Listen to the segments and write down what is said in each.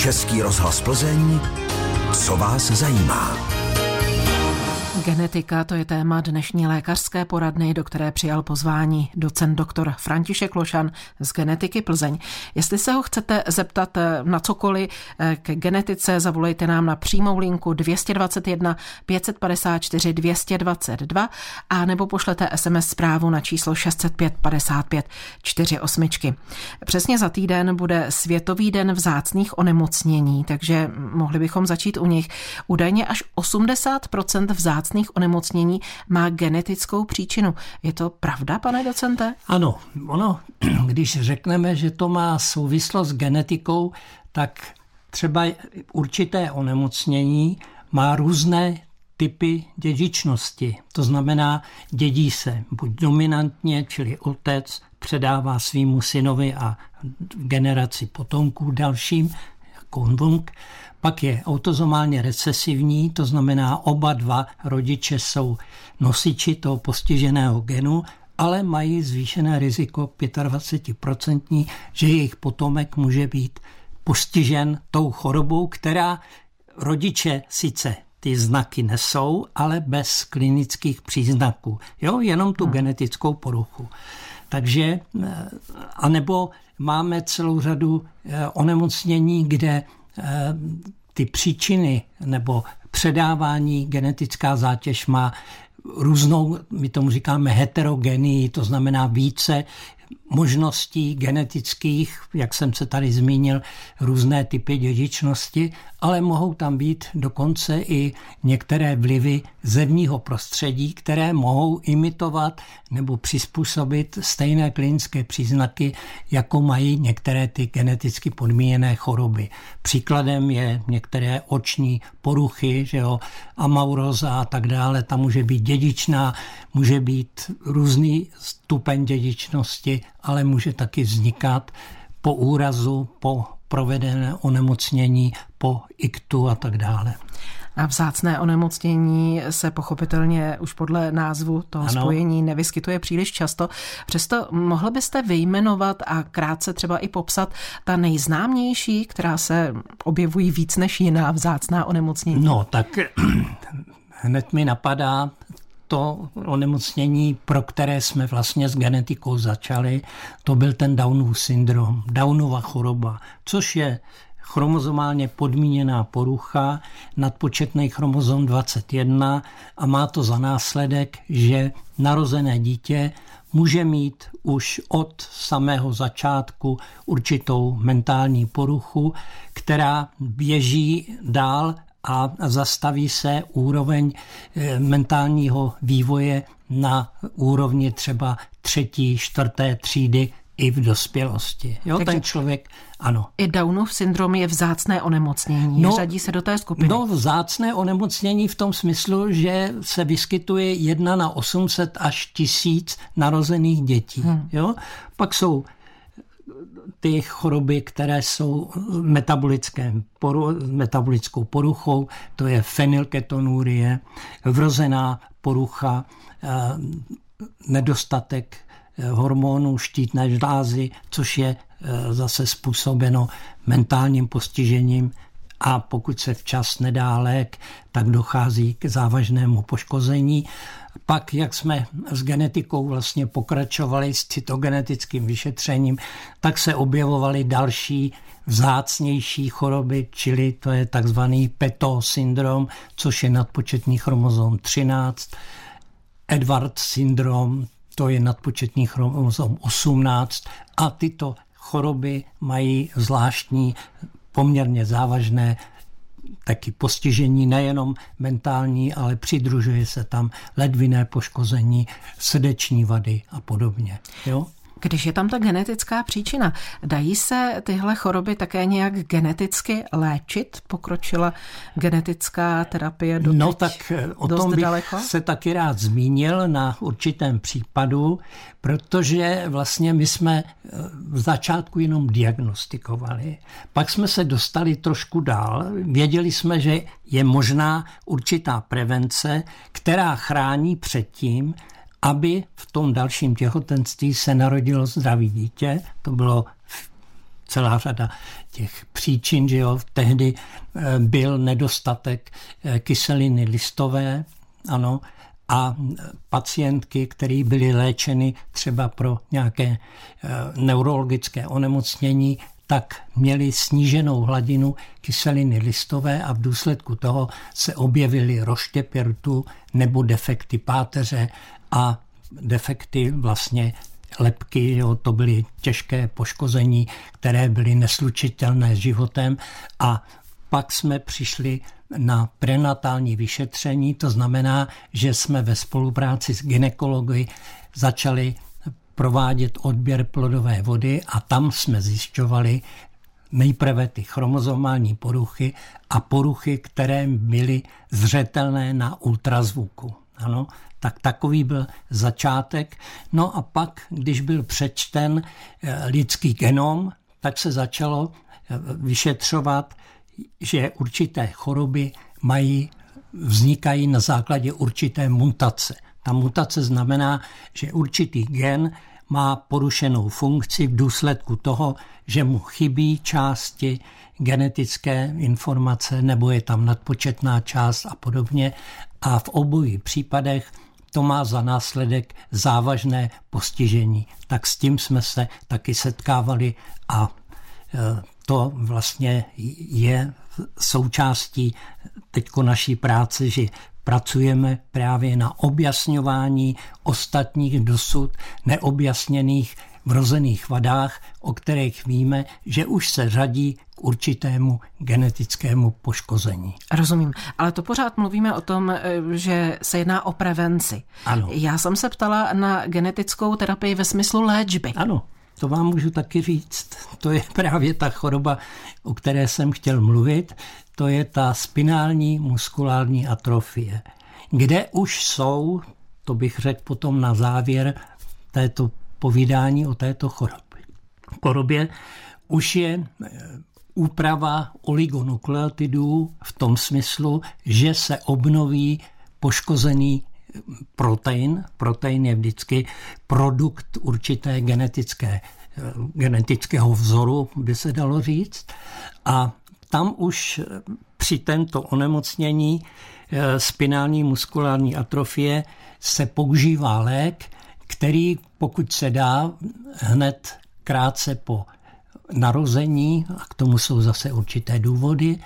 Český rozhlas Plzeň. Co vás zajímá? Genetika, to je téma dnešní lékařské poradny, do které přijal pozvání docent doktor František Lošan z Genetiky Plzeň. Jestli se ho chcete zeptat na cokoliv k genetice, zavolejte nám na přímou linku 221 554 222 a nebo pošlete SMS zprávu na číslo 605 55 48. Přesně za týden bude Světový den vzácných onemocnění, takže mohli bychom začít u nich. Údajně až 80% vzácných onemocnění má genetickou příčinu. Je to pravda, pane docente? Ano, když řekneme, že to má souvislost s genetikou, tak třeba určité onemocnění má různé typy dědičnosti. To znamená, dědí se buď dominantně, čili otec předává svýmu synovi a generaci potomků dalším, jako vnuk. Pak je autozomálně recesivní, to znamená, oba dva rodiče jsou nosiči toho postiženého genu, ale mají zvýšené riziko 25%, že jejich potomek může být postižen tou chorobou, která rodiče sice ty znaky nesou, ale bez klinických příznaků. Jenom tu genetickou poruchu. Takže, anebo máme celou řadu onemocnění, kde ty příčiny nebo předávání, genetická zátěž má různou, my tomu říkáme heterogenii, to znamená více možností genetických, jak jsem se tady zmínil, různé typy dědičnosti, ale mohou tam být dokonce i některé vlivy zevního prostředí, které mohou imitovat nebo přizpůsobit stejné klinické příznaky, jako mají některé ty geneticky podmíněné choroby. Příkladem je některé oční poruchy, amauróza a tak dále, tam může být dědičná, může být různý stupeň dědičnosti, ale může taky vznikat po úrazu, po provedené onemocnění, po iktu a tak dále. A vzácné onemocnění se pochopitelně už podle názvu toho spojení nevyskytuje příliš často. Přesto mohl byste vyjmenovat a krátce třeba i popsat ta nejznámější, která se objevují víc než jiná vzácná onemocnění? No, tak hned mi napadá to onemocnění, pro které jsme vlastně s genetikou začali, to byl ten Downův syndrom, Downova choroba, což je chromozomálně podmíněná porucha, nadpočetný chromozom 21 a má to za následek, že narozené dítě může mít už od samého začátku určitou mentální poruchu, která běží dál a zastaví se úroveň mentálního vývoje na úrovni třeba 3., 4. třídy i v dospělosti. Ten člověk, ano. I Downův syndrom je vzácné onemocnění, řadí se do té skupiny. Vzácné onemocnění v tom smyslu, že se vyskytuje 1 na 800 až 1000 narozených dětí. Pak jsou ty choroby, které jsou metabolickou poruchou, to je fenylketonurie, vrozená porucha, nedostatek hormonů štítné žlázy, což je zase způsobeno mentálním postižením a pokud se včas nedá lék, tak dochází k závažnému poškození. Pak, jak jsme s genetikou vlastně pokračovali s cytogenetickým vyšetřením, tak se objevovaly další vzácnější choroby, čili to je takzvaný Peto syndrom, což je nadpočetný chromozom 13, Edwards syndrom, to je nadpočetný chromozom 18 a tyto choroby mají zvláštní, poměrně závažné taky postižení, nejenom mentální, ale přidružuje se tam ledvinné poškození, srdeční vady a podobně. Když je tam ta genetická příčina, dají se tyhle choroby také nějak geneticky léčit? Pokročila genetická terapie doteď tak o tom bych daleko? Se taky rád zmínil na určitém případu, protože vlastně my jsme v začátku jenom diagnostikovali. Pak jsme se dostali trošku dál. Věděli jsme, že je možná určitá prevence, která chrání před tím, aby v tom dalším těhotenství se narodilo zdravý dítě. To bylo celá řada těch příčin, že jo, tehdy byl nedostatek kyseliny listové, ano, a pacientky, které byly léčeny třeba pro nějaké neurologické onemocnění, tak měli sníženou hladinu kyseliny listové a v důsledku toho se objevily rozštěpy rtu nebo defekty páteře a defekty vlastně lebky, jo, to byly těžké poškození, které byly neslučitelné s životem a pak jsme přišli na prenatální vyšetření, to znamená, že jsme ve spolupráci s gynekology začali provádět odběr plodové vody a tam jsme zjišťovali nejprve ty chromozomální poruchy a poruchy, které byly zřetelné na ultrazvuku. Ano, tak takový byl začátek. No a pak, když byl přečten lidský genom, tak se začalo vyšetřovat, že určité choroby vznikají na základě určité mutace. Ta mutace znamená, že určitý gen má porušenou funkci v důsledku toho, že mu chybí části genetické informace nebo je tam nadpočetná část a podobně. A v obou případech to má za následek závažné postižení. Tak s tím jsme se taky setkávali a to vlastně je součástí teďko naší práce, že pracujeme právě na objasňování ostatních dosud neobjasněných vrozených vadách, o kterých víme, že už se řadí k určitému genetickému poškození. Rozumím, ale to pořád mluvíme o tom, že se jedná o prevenci. Ano. Já jsem se ptala na genetickou terapii ve smyslu léčby. Ano. To vám můžu taky říct. To je právě ta choroba, o které jsem chtěl mluvit. To je ta spinální muskulární atrofie, kde už jsou, to bych řekl potom na závěr této povídání o této chorobě, už je úprava oligonukleotidů v tom smyslu, že se obnoví poškozený protein. Protein je vždycky produkt určité genetického vzoru, by se dalo říct. A tam už při tento onemocnění spinální muskulární atrofie se používá lék, který, pokud se dá, hned krátce po narození, a k tomu jsou zase určité důvody,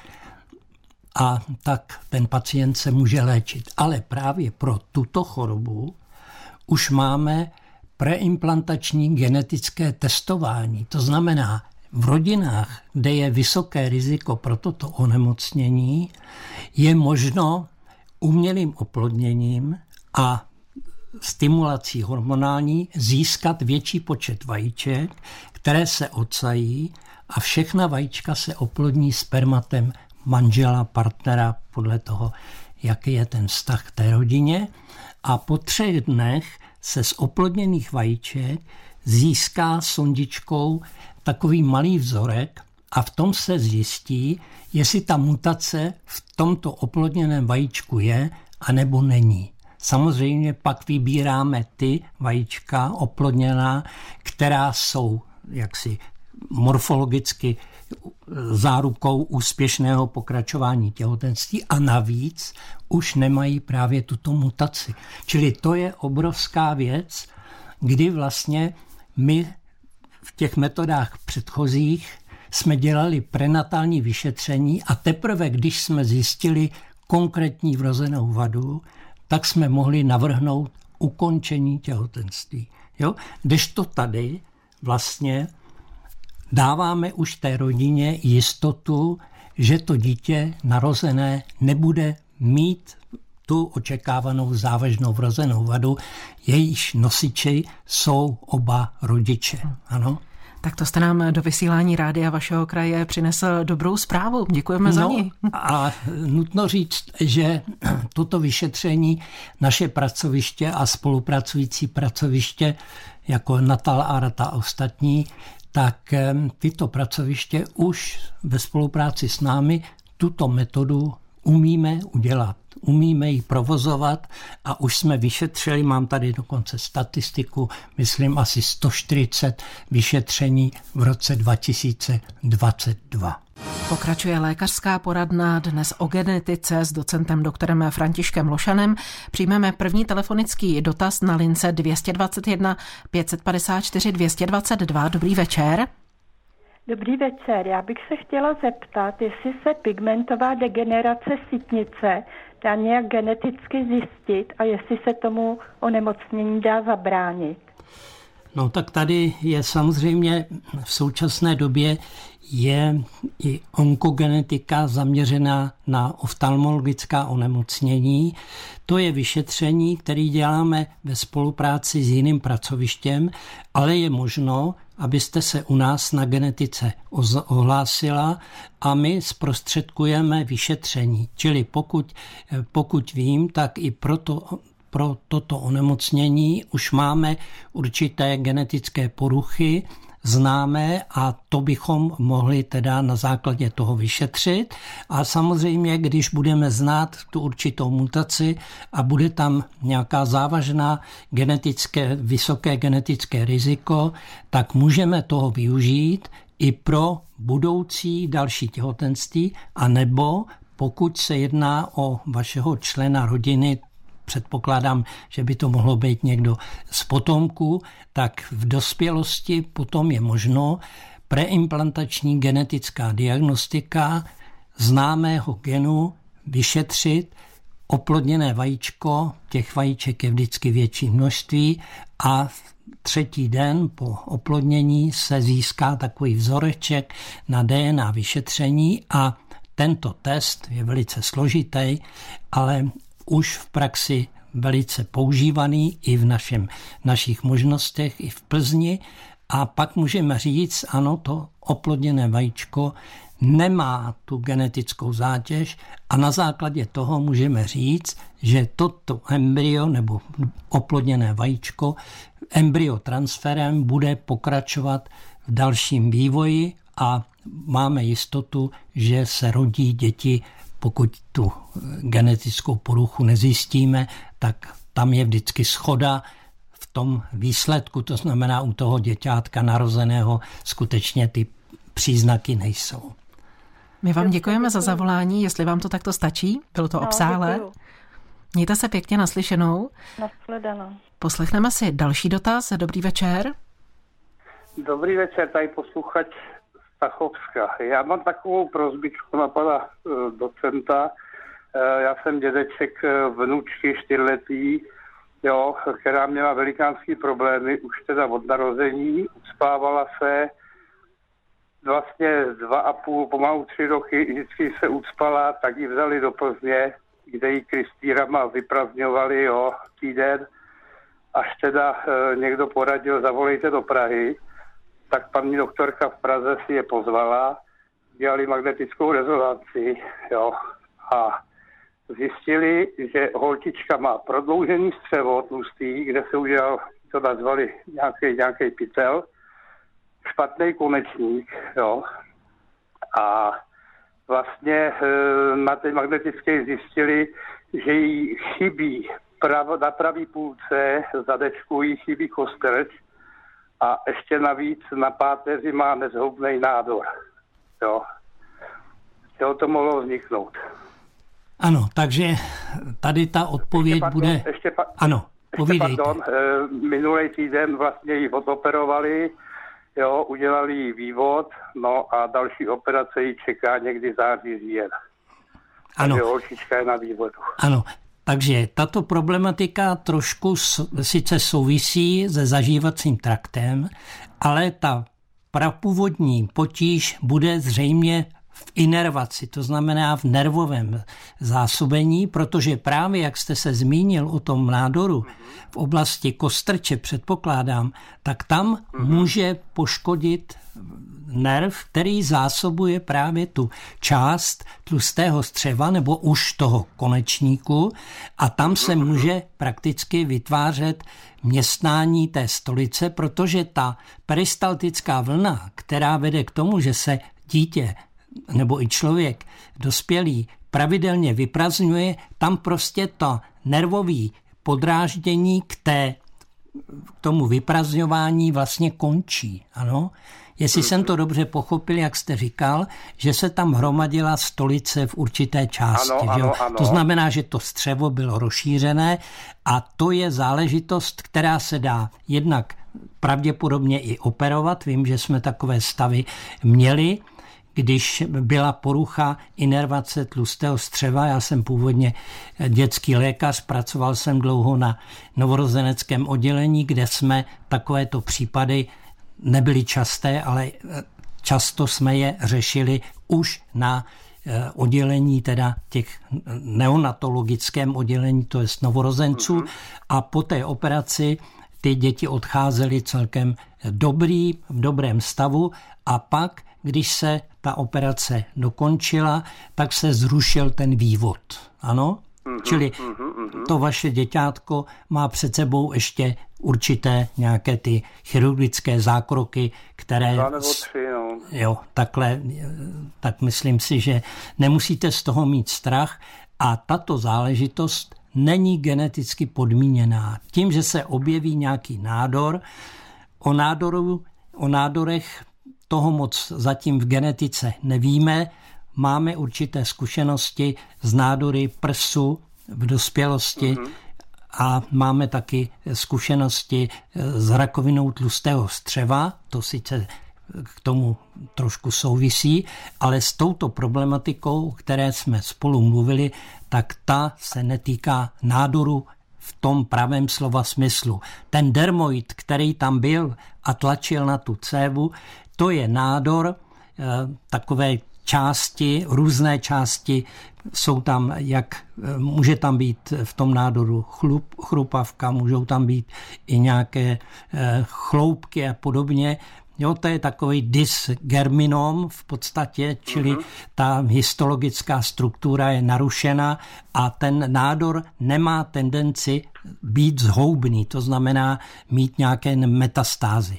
a tak ten pacient se může léčit. Ale právě pro tuto chorobu už máme preimplantační genetické testování. To znamená, v rodinách, kde je vysoké riziko pro toto onemocnění, je možno umělým oplodněním a stimulací hormonální získat větší počet vajíček, které se odsají a všechna vajíčka se oplodní spermatem manžela, partnera, podle toho, jaký je ten vztah k té rodině. A po 3 dnech se z oplodněných vajíček získá sondičkou takový malý vzorek a v tom se zjistí, jestli ta mutace v tomto oplodněném vajíčku je, anebo není. Samozřejmě pak vybíráme ty vajíčka oplodněná, která jsou jaksi morfologicky zárukou úspěšného pokračování těhotenství a navíc už nemají právě tuto mutaci. Čili to je obrovská věc, kdy vlastně my v těch metodách předchozích jsme dělali prenatální vyšetření a teprve, když jsme zjistili konkrétní vrozenou vadu, tak jsme mohli navrhnout ukončení těhotenství. Jo? Kdežto tady vlastně dáváme už té rodině jistotu, že to dítě narozené nebude mít tu očekávanou závažnou vrozenou vadu, jejíž nosiči jsou oba rodiče. Ano? Tak to jste nám do vysílání rádia vašeho kraje přinesl dobrou zprávu. Děkujeme za ní. A nutno říct, že toto vyšetření naše pracoviště a spolupracující pracoviště jako Natal Art a ostatní, tak tyto pracoviště už ve spolupráci s námi tuto metodu umíme udělat. umíme ji provozovat a už jsme vyšetřili, mám tady dokonce statistiku, myslím asi 140 vyšetření v roce 2022. Pokračuje lékařská poradna dnes o genetice s docentem doktorem Františkem Lošanem. Přijmeme první telefonický dotaz na lince 221 554 222. Dobrý večer. Dobrý večer. Já bych se chtěla zeptat, jestli se pigmentová degenerace sítnice dá nějak geneticky zjistit a jestli se tomu onemocnění dá zabránit. No tak tady je samozřejmě v současné době je i onkogenetika zaměřená na oftalmologická onemocnění. To je vyšetření, které děláme ve spolupráci s jiným pracovištěm, ale je možno, abyste se u nás na genetice ohlásila a my zprostředkujeme vyšetření. Čili pokud vím, tak i pro toto onemocnění už máme určité genetické poruchy, známé a to bychom mohli teda na základě toho vyšetřit. A samozřejmě, když budeme znát tu určitou mutaci a bude tam nějaká závažná vysoké genetické riziko, tak můžeme toho využít i pro budoucí další těhotenství, anebo pokud se jedná o vašeho člena rodiny, předpokládám, že by to mohlo být někdo z potomků, tak v dospělosti potom je možno preimplantační genetická diagnostika známého genu vyšetřit oplodněné vajíčko, těch vajíček je vždycky větší množství a třetí den po oplodnění se získá takový vzoreček na DNA vyšetření a tento test je velice složitý, ale už v praxi velice používaný i v našich možnostech, i v Plzni. A pak můžeme říct, ano, to oplodněné vajíčko nemá tu genetickou zátěž a na základě toho můžeme říct, že toto embryo nebo oplodněné vajíčko embryotransferem bude pokračovat v dalším vývoji a máme jistotu, že se rodí děti. Pokud tu genetickou poruchu nezjistíme, tak tam je vždycky shoda v tom výsledku, to znamená u toho děťátka narozeného skutečně ty příznaky nejsou. My vám děkujeme za zavolání, jestli vám to takto stačí, bylo to obsáhlé. Mějte se pěkně naslyšenou. Nashledanou. Poslechneme si další dotaz. Dobrý večer. Dobrý večer, tady posluchač Stachovska. Já mám takovou prosbičku na pana docenta. Já jsem dědeček vnučky 4letý, která měla velikánský problémy už teda od narození. Ucpávala se vlastně 2,5, pomalu 3 roky, vždycky se ucpala, tak ji vzali do Plzně, kde ji krystýrama vyprazňovali týden. Až teda někdo poradil, zavolejte do Prahy, tak paní doktorka v Praze si je pozvala, dělali magnetickou rezonanci, a zjistili, že holčička má prodloužený střevo tlustý, kde se udělal, to nazvali nějaký pytel, špatný konečník, a vlastně na té magnetické zjistili, že jí chybí na pravý půlce zadečku, jí chybí kostelec a ještě navíc na páteři má nezhoubný nádor. To mohlo vzniknout. Ano, takže tady ta odpověď bude... Ano, povídejte. Minulý týden vlastně ji odoperovali, udělali jí vývod, a další operace ji čeká někdy září, říjen. Ano. Takže holčička je na vývodu. Ano, takže tato problematika trošku sice souvisí se zažívacím traktem, ale ta prapůvodní potíž bude zřejmě v inervaci, to znamená v nervovém zásobení, protože právě jak jste se zmínil o tom nádoru v oblasti kostrče, předpokládám, tak tam může poškodit nerv, který zásobuje právě tu část tlustého střeva nebo už toho konečníku a tam se může prakticky vytvářet městnání té stolice, protože ta peristaltická vlna, která vede k tomu, že se dítě nebo i člověk dospělý pravidelně vyprazňuje, tam prostě to nervové podráždění k tomu vyprazňování vlastně končí. Ano? Jestli jsem to dobře pochopil, jak jste říkal, že se tam hromadila stolice v určité části. Ano. To znamená, že to střevo bylo rozšířené a to je záležitost, která se dá jednak pravděpodobně i operovat. Vím, že jsme takové stavy měli, když byla porucha inervace tlustého střeva. Já jsem původně dětský lékař, pracoval jsem dlouho na novorozeneckém oddělení, kde jsme takovéto případy nebyly časté, ale často jsme je řešili už na oddělení, teda těch neonatologickém oddělení, to je novorozenců, a po té operaci ty děti odcházely celkem v dobrém stavu a pak, když se ta operace dokončila, tak se zrušil ten vývod. Ano? Čili to vaše děťátko má před sebou ještě určité nějaké ty chirurgické zákroky, které... 2 nebo 3, no. Jo, takhle, tak myslím si, že nemusíte z toho mít strach a tato záležitost není geneticky podmíněná. Tím, že se objeví nějaký nádor, o nádorech toho moc zatím v genetice nevíme. Máme určité zkušenosti z nádory prsu v dospělosti a máme taky zkušenosti s rakovinou tlustého střeva. To sice k tomu trošku souvisí, ale s touto problematikou, o které jsme spolu mluvili, tak ta se netýká nádoru v tom pravém slova smyslu. Ten dermoid, který tam byl a tlačil na tu cévu, to je nádor, takové části, různé části jsou tam, může tam být v tom nádoru chrupavka, můžou tam být i nějaké chloupky a podobně. Jo, to je takový dysgerminom v podstatě, čili ta histologická struktura je narušena a ten nádor nemá tendenci být zhoubný, to znamená mít nějaké metastázy.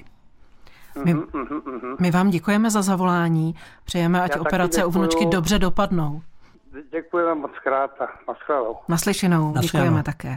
My vám děkujeme za zavolání. Přejeme, ať operace u vnučky dobře dopadnou. Děkujeme moc krát a naslyšenou. Děkujeme také.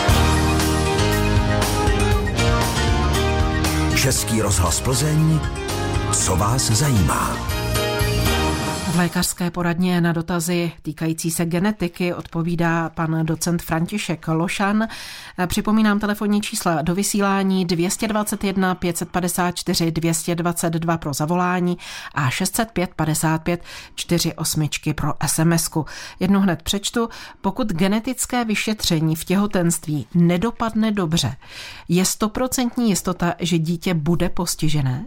Český rozhlas Plzeň. Co vás zajímá? V lékařské poradně na dotazy týkající se genetiky odpovídá pan docent František Lošan. Připomínám telefonní čísla do vysílání 221 554 222 pro zavolání a 605 55 48 pro SMS-ku. Jednu hned přečtu. Pokud genetické vyšetření v těhotenství nedopadne dobře, je 100% jistota, že dítě bude postižené?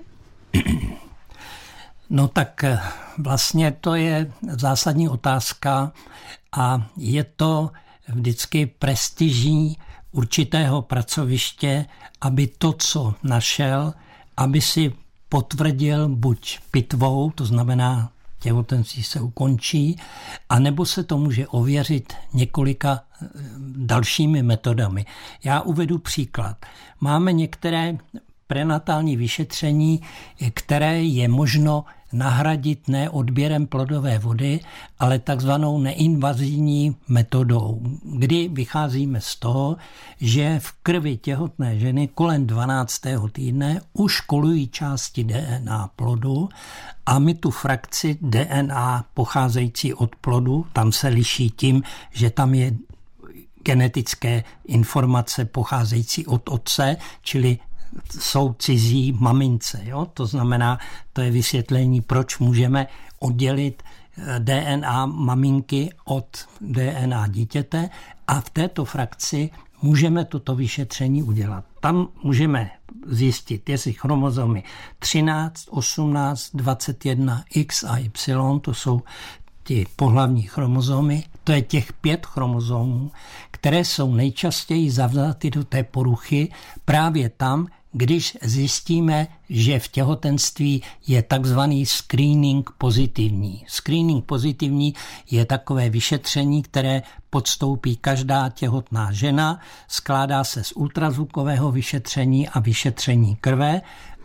No tak vlastně to je zásadní otázka a je to vždycky prestiží určitého pracoviště, aby to, co našel, aby si potvrdil buď pitvou, to znamená těhotenství se ukončí, anebo se to může ověřit několika dalšími metodami. Já uvedu příklad. Máme některé prenatální vyšetření, které je možno nahradit ne odběrem plodové vody, ale takzvanou neinvazivní metodou, kdy vycházíme z toho, že v krvi těhotné ženy kolem 12. týdne už kolují části DNA plodu a my tu frakci DNA pocházející od plodu, tam se liší tím, že tam je genetické informace pocházející od otce, čili jsou cizí mamince. Jo? To znamená, to je vysvětlení, proč můžeme oddělit DNA maminky od DNA dítěte a v této frakci můžeme toto vyšetření udělat. Tam můžeme zjistit, jestli chromozomy 13, 18, 21, X a Y, to jsou ty pohlavní chromozomy, to je těch 5 chromozomů, které jsou nejčastěji zavzaty do té poruchy právě tam, když zjistíme, že v těhotenství je takzvaný screening pozitivní. Screening pozitivní je takové vyšetření, které podstoupí každá těhotná žena, skládá se z ultrazvukového vyšetření a vyšetření krve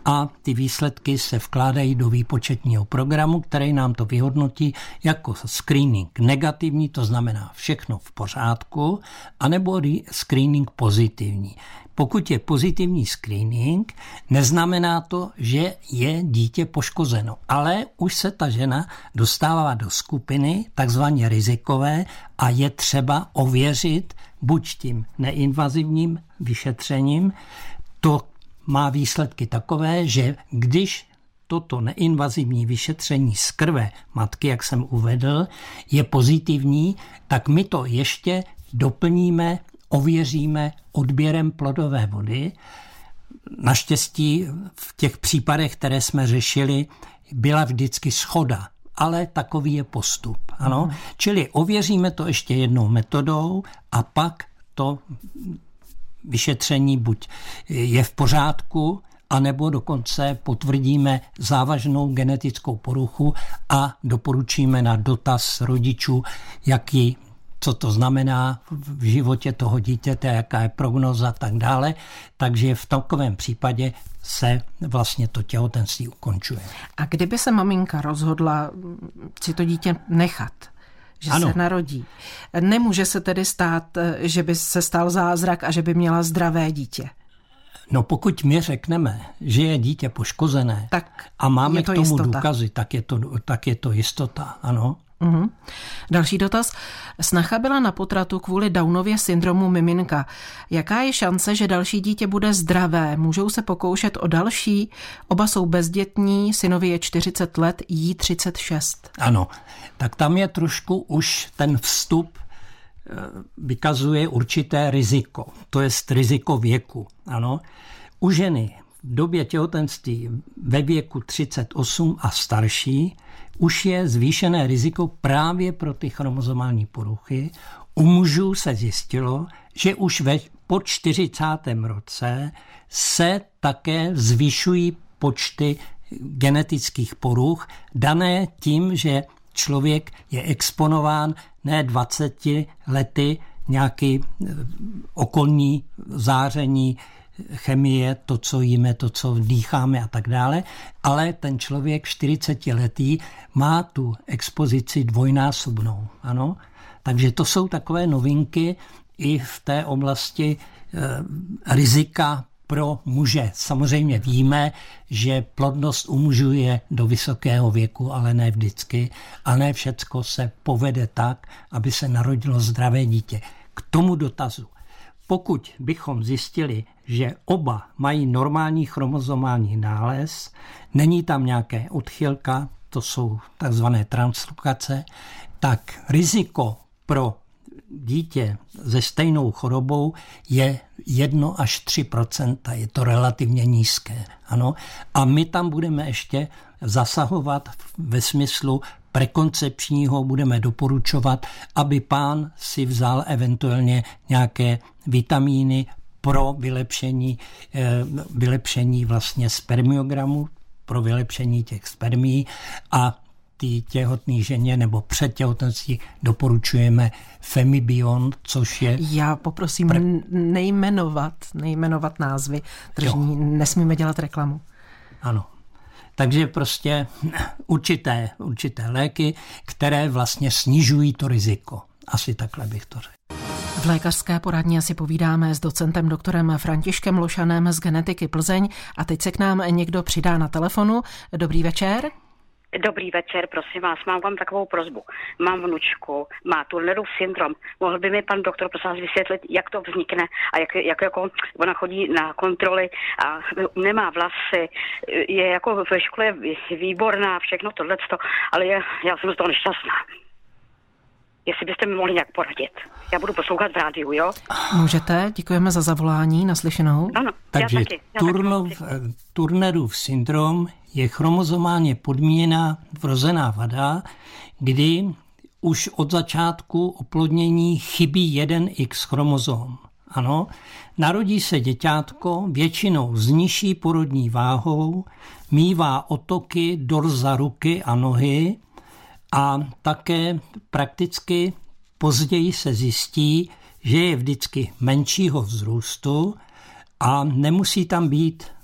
a ty výsledky se vkládají do výpočetního programu, který nám to vyhodnotí jako screening negativní, to znamená všechno v pořádku, anebo screening pozitivní. Pokud je pozitivní screening, neznamená to, že je dítě poškozeno, ale už se ta žena dostává do skupiny takzvaně rizikové a je třeba ověřit buď tím neinvazivním vyšetřením. To má výsledky takové, že když toto neinvazivní vyšetření z krve matky, jak jsem uvedl, je pozitivní, tak my to ještě doplníme, ověříme odběrem plodové vody. Naštěstí v těch případech, které jsme řešili, byla vždycky shoda, ale takový je postup. Ano? Čili ověříme to ještě jednou metodou a pak to vyšetření buď je v pořádku, anebo dokonce potvrdíme závažnou genetickou poruchu a doporučíme na dotaz rodičů, co to znamená v životě toho dítěte, jaká je prognoza a tak dále. Takže v takovém případě se vlastně to těhotenství ukončuje. A kdyby se maminka rozhodla si to dítě nechat, že se narodí, nemůže se tedy stát, že by se stal zázrak a že by měla zdravé dítě? No pokud my řekneme, že je dítě poškozené tak a máme k tomu jistota. důkazy, tak je to jistota, ano. Uhum. Další dotaz. Snacha byla na potratu kvůli Downově syndromu miminka. Jaká je šance, že další dítě bude zdravé? Můžou se pokoušet o další? Oba jsou bezdětní, synovi je 40 let, jí 36. Ano, tak tam je trošku už ten vstup vykazuje určité riziko. To je riziko věku. Ano. U ženy v době těhotenství ve věku 38 a starší už je zvýšené riziko právě pro ty chromozomální poruchy. U mužů se zjistilo, že už po 40. roce se také zvyšují počty genetických poruch, dané tím, že člověk je exponován ne 20 lety nějaký okolní záření, chemie, to, co jíme, to, co dýcháme a tak dále, ale ten člověk 40letý má tu expozici dvojnásobnou. Ano? Takže to jsou takové novinky i v té oblasti rizika pro muže. Samozřejmě víme, že plodnost u mužů je do vysokého věku, ale ne vždycky. A ne všecko se povede tak, aby se narodilo zdravé dítě. K tomu dotazu. Pokud bychom zjistili, že oba mají normální chromozomální nález, není tam nějaké odchylka, to jsou takzvané translokace, tak riziko pro dítě se stejnou chorobou je 1 až 3%, je to relativně nízké. Ano? A my tam budeme ještě zasahovat ve smyslu prekoncepčního, budeme doporučovat, aby pán si vzal eventuálně nějaké vitamíny pro vylepšení vlastně spermiogramu, pro vylepšení těch spermií a ty těhotné ženě nebo před těhotenství doporučujeme Femibion, což je... Já poprosím nejmenovat názvy tržní, nesmíme dělat reklamu. Ano. Takže prostě určité léky, které vlastně snižují to riziko. Asi takhle bych to řekl. V lékařské poradně si povídáme s docentem doktorem Františkem Lošanem z Genetiky Plzeň a teď se k nám někdo přidá na telefonu. Dobrý večer. Dobrý večer, prosím vás, mám vám takovou prosbu. Mám vnučku, má Turnerův syndrom. Mohl by mi pan doktor prosím vás vysvětlit, jak to vznikne a jak jako ona chodí na kontroly a nemá vlasy, je jako ve škole výborná, všechno tohleto, ale já jsem z toho nešťastná. Jestli byste mi mohli nějak poradit. Já budu poslouchat v rádiu, jo? Můžete, děkujeme za zavolání, naslyšenou. Ano, takže já taky. Turnerův syndrom je chromozomálně podmíněná vrozená vada, kdy už od začátku oplodnění chybí jeden X chromozom. Ano, narodí se děťátko většinou s nižší porodní váhou, mívá otoky dorza ruky a nohy a také prakticky později se zjistí, že je vždycky menšího vzrůstu a nemusí tam být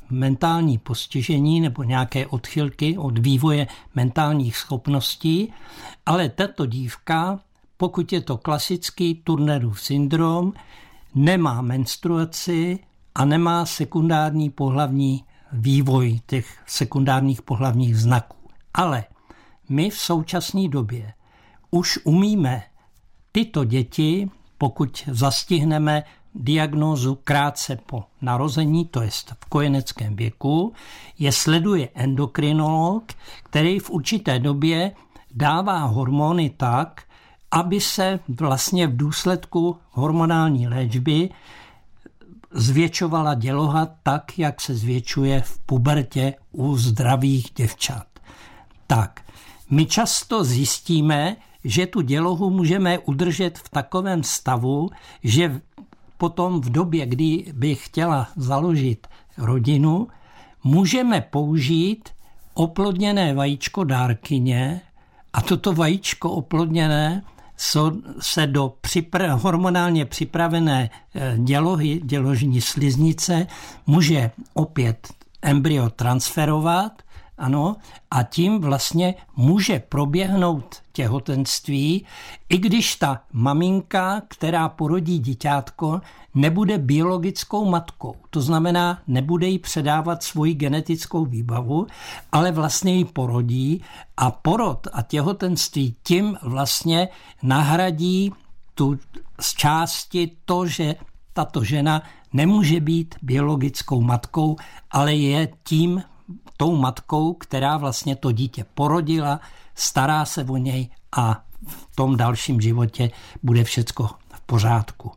mentální postižení nebo nějaké odchylky od vývoje mentálních schopností, ale tato dívka, pokud je to klasický Turnerův syndrom, nemá menstruaci a nemá sekundární pohlavní vývoj těch sekundárních pohlavních znaků. Ale my v současné době už umíme tyto děti, pokud zastihneme diagnózu krátce po narození, to je v kojeneckém věku, je sleduje endokrinolog, který v určité době dává hormony tak, aby se vlastně v důsledku hormonální léčby zvětšovala děloha tak, jak se zvětšuje v pubertě u zdravých děvčat. Tak, my často zjistíme, že tu dělohu můžeme udržet v takovém stavu, že potom v době, kdy by chtěla založit rodinu, můžeme použít oplodněné vajíčko dárkyně a toto vajíčko oplodněné se do hormonálně připravené dělohy, děložní sliznice může opět embryo transferovat, ano, a tím vlastně může proběhnout těhotenství, i když ta maminka, která porodí díťátko, nebude biologickou matkou. To znamená, nebude jí předávat svoji genetickou výbavu, ale vlastně ji porodí a porod a těhotenství tím vlastně nahradí tu z části to, že tato žena nemůže být biologickou matkou, ale je tím tou matkou, která vlastně to dítě porodila, stará se o něj a v tom dalším životě bude všecko v pořádku.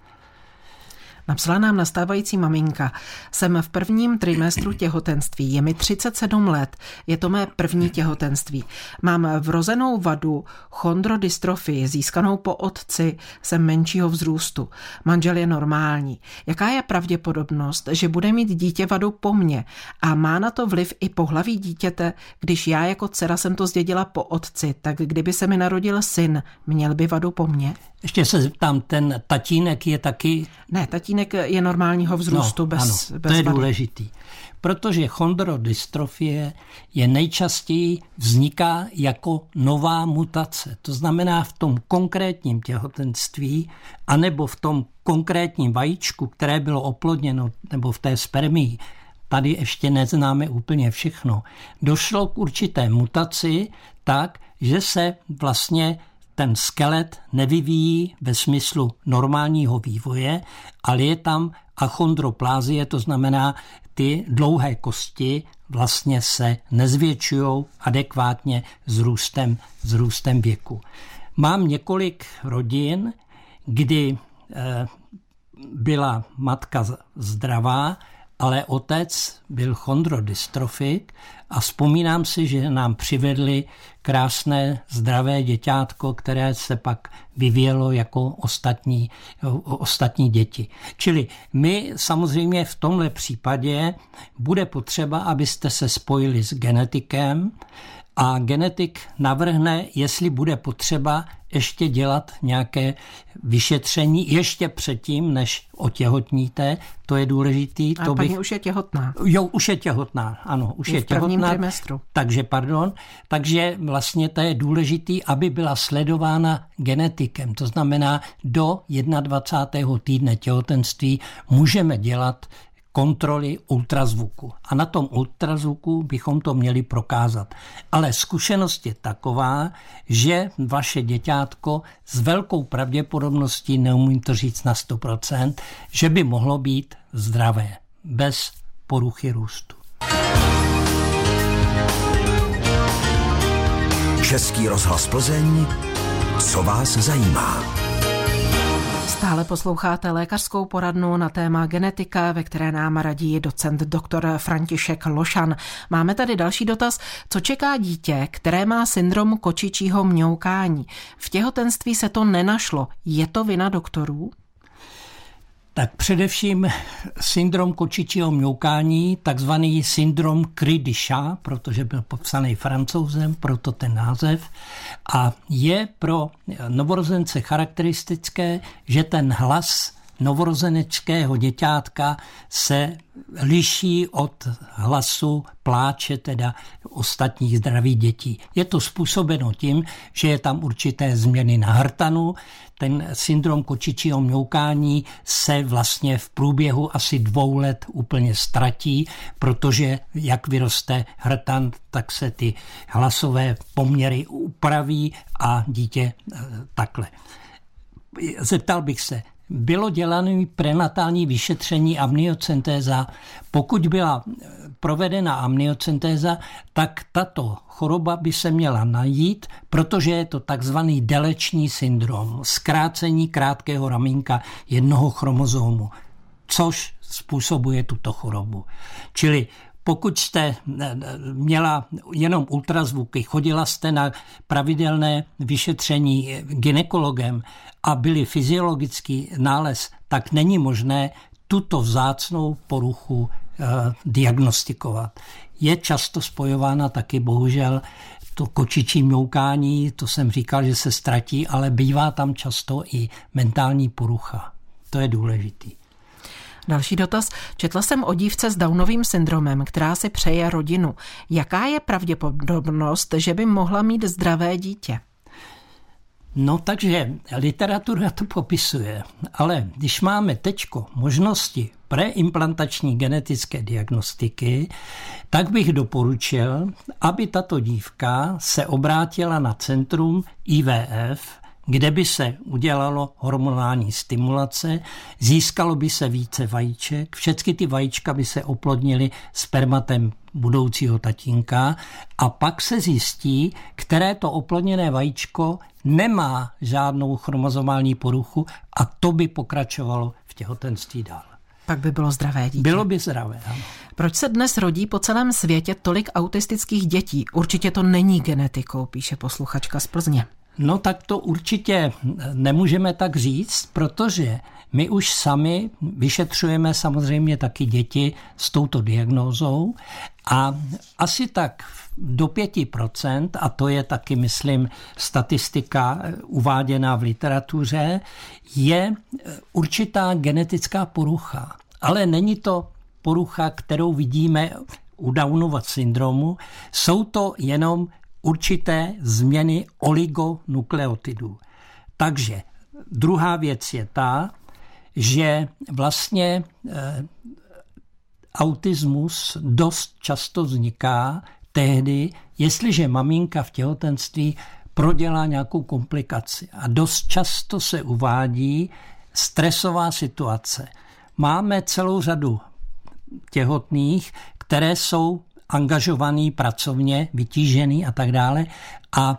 Napsala nám nastávající maminka. Jsem v prvním trimestru těhotenství. Je mi 37 let. Je to mé první těhotenství. Mám vrozenou vadu chondrodystrofii, získanou po otci, jsem menšího vzrůstu. Manžel je normální. Jaká je pravděpodobnost, že bude mít dítě vadu po mně? A má na to vliv i pohlaví dítěte? Když já jako dcera jsem to zdědila po otci, tak kdyby se mi narodil syn, měl by vadu po mně? Ještě se zeptám, ten tatínek je taky... Ne, tatínek je normálního vzrůstu bez to je vady. důležitý, protože chondrodystrofie je nejčastěji vzniká jako nová mutace. To znamená v tom konkrétním těhotenství anebo v tom konkrétním vajíčku, které bylo oplodněno, nebo v té spermii, tady ještě neznáme úplně všechno. Došlo k určité mutaci tak, že se vlastně ten skelet nevyvíjí ve smyslu normálního vývoje, ale je tam achondroplázie, to znamená, ty dlouhé kosti vlastně se nezvětšují adekvátně s růstem věku. Mám několik rodin, kdy byla matka zdravá, ale otec byl chondrodystrofik a vzpomínám si, že nám přivedli krásné zdravé děťátko, které se pak vyvíjelo jako ostatní děti. Čili my samozřejmě v tomhle případě bude potřeba, abyste se spojili s genetikem a genetik navrhne, jestli bude potřeba ještě dělat nějaké vyšetření ještě předtím, než otěhotníte. To je důležitý. A paní už je těhotná. Jo, už je těhotná, ano. Už je těhotná. V prvním trimestru. Takže vlastně to je důležitý, aby byla sledována genetikem. To znamená, do 21. týdne těhotenství můžeme dělat kontroly ultrazvuku. A na tom ultrazvuku bychom to měli prokázat. Ale zkušenost je taková, že vaše děťátko s velkou pravděpodobností, neumím to říct na 100%, že by mohlo být zdravé, bez poruchy růstu. Český rozhlas Plzeň, co vás zajímá? Stále posloucháte lékařskou poradnu na téma genetika, ve které nám radí docent doktor František Lošan. Máme tady další dotaz. Co čeká dítě, které má syndrom kočičího mňoukání? V těhotenství se to nenašlo. Je to vina doktorů? Tak především syndrom kočičího mňoukání, takzvaný syndrom Cri du chat, protože byl popsaný Francouzem, proto ten název. A je pro novorozence charakteristické, že ten hlas novorozeneckého děťátka se liší od hlasu pláče teda ostatních zdravých dětí. Je to způsobeno tím, že je tam určité změny na hrtanu. Ten syndrom kočičího mňoukání se vlastně v průběhu asi 2 let úplně ztratí, protože jak vyroste hrtan, tak se ty hlasové poměry upraví a dítě takhle. Zeptal bych se, bylo dělané prenatální vyšetření amniocentéza. Pokud byla provedena amniocentéza, tak tato choroba by se měla najít, protože je to takzvaný deleční syndrom, zkrácení krátkého ramínka jednoho chromozomu, což způsobuje tuto chorobu. Čili pokud jste měla jenom ultrazvuky, chodila jste na pravidelné vyšetření gynekologem a byly fyziologický nález, tak není možné tuto vzácnou poruchu diagnostikovat. Je často spojována taky bohužel to kočičí mňoukání, to jsem říkal, že se ztratí, ale bývá tam často i mentální porucha. To je důležitý. Další dotaz. Četla jsem o dívce s Downovým syndromem, která si přeje rodinu. Jaká je pravděpodobnost, že by mohla mít zdravé dítě? No takže literatura to popisuje, ale když máme teďko možnosti preimplantační genetické diagnostiky, tak bych doporučil, aby tato dívka se obrátila na centrum IVF, kde by se udělalo hormonální stimulace, získalo by se více vajíček, všechny ty vajíčka by se oplodnily spermatem budoucího tatínka a pak se zjistí, které to oplodněné vajíčko nemá žádnou chromozomální poruchu a to by pokračovalo v těhotenství dál. Pak by bylo zdravé dítě. Bylo by zdravé, ano. Proč se dnes rodí po celém světě tolik autistických dětí? Určitě to není genetikou, píše posluchačka z Plzně. No tak to určitě nemůžeme tak říct, protože my už sami vyšetřujeme samozřejmě taky děti s touto diagnózou a asi tak do 5%, a to je taky, myslím, statistika uváděná v literatuře, je určitá genetická porucha. Ale není to porucha, kterou vidíme u Downova syndromu, jsou to jenom určité změny oligonukleotidů. Takže druhá věc je ta, že vlastně autismus dost často vzniká tehdy, jestliže maminka v těhotenství prodělá nějakou komplikaci. A dost často se uvádí stresová situace. Máme celou řadu těhotných, které jsou angažovaný pracovně, vytížený a tak dále a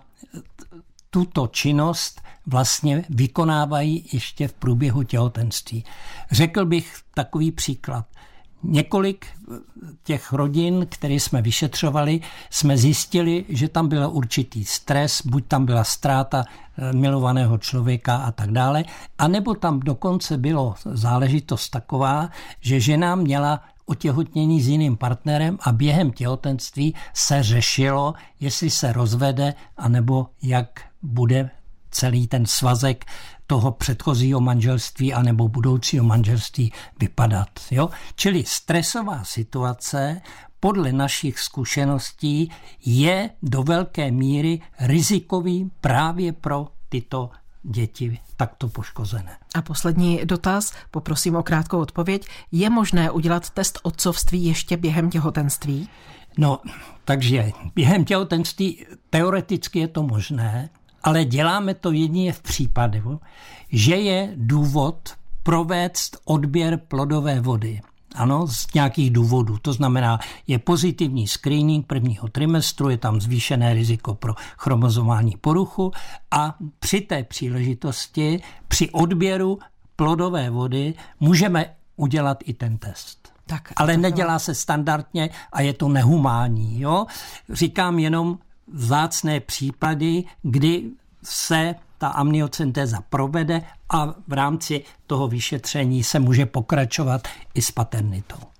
tuto činnost vlastně vykonávají ještě v průběhu těhotenství. Řekl bych takový příklad. Několik těch rodin, které jsme vyšetřovali, jsme zjistili, že tam byl určitý stres, buď tam byla ztráta milovaného člověka a tak dále, anebo tam dokonce bylo záležitost taková, že žena měla otěhotnění s jiným partnerem a během těhotenství se řešilo, jestli se rozvede, anebo jak bude celý ten svazek toho předchozího manželství anebo budoucího manželství vypadat. Jo? Čili stresová situace podle našich zkušeností je do velké míry rizikový právě pro tyto děti takto poškozené. A poslední dotaz, poprosím o krátkou odpověď. Je možné udělat test otcovství ještě během těhotenství? No, takže během těhotenství teoreticky je to možné, ale děláme to jedině v případu, že je důvod provést odběr plodové vody. Ano, z nějakých důvodů. To znamená, je pozitivní screening prvního trimestru, je tam zvýšené riziko pro chromozomální poruchu a při té příležitosti, při odběru plodové vody můžeme udělat i ten test. Ale nedělá se standardně a je to nehumánní. Jo? Říkám jenom vzácné případy, kdy se ta amniocentéza provede a v rámci toho vyšetření se může pokračovat i s paternitou.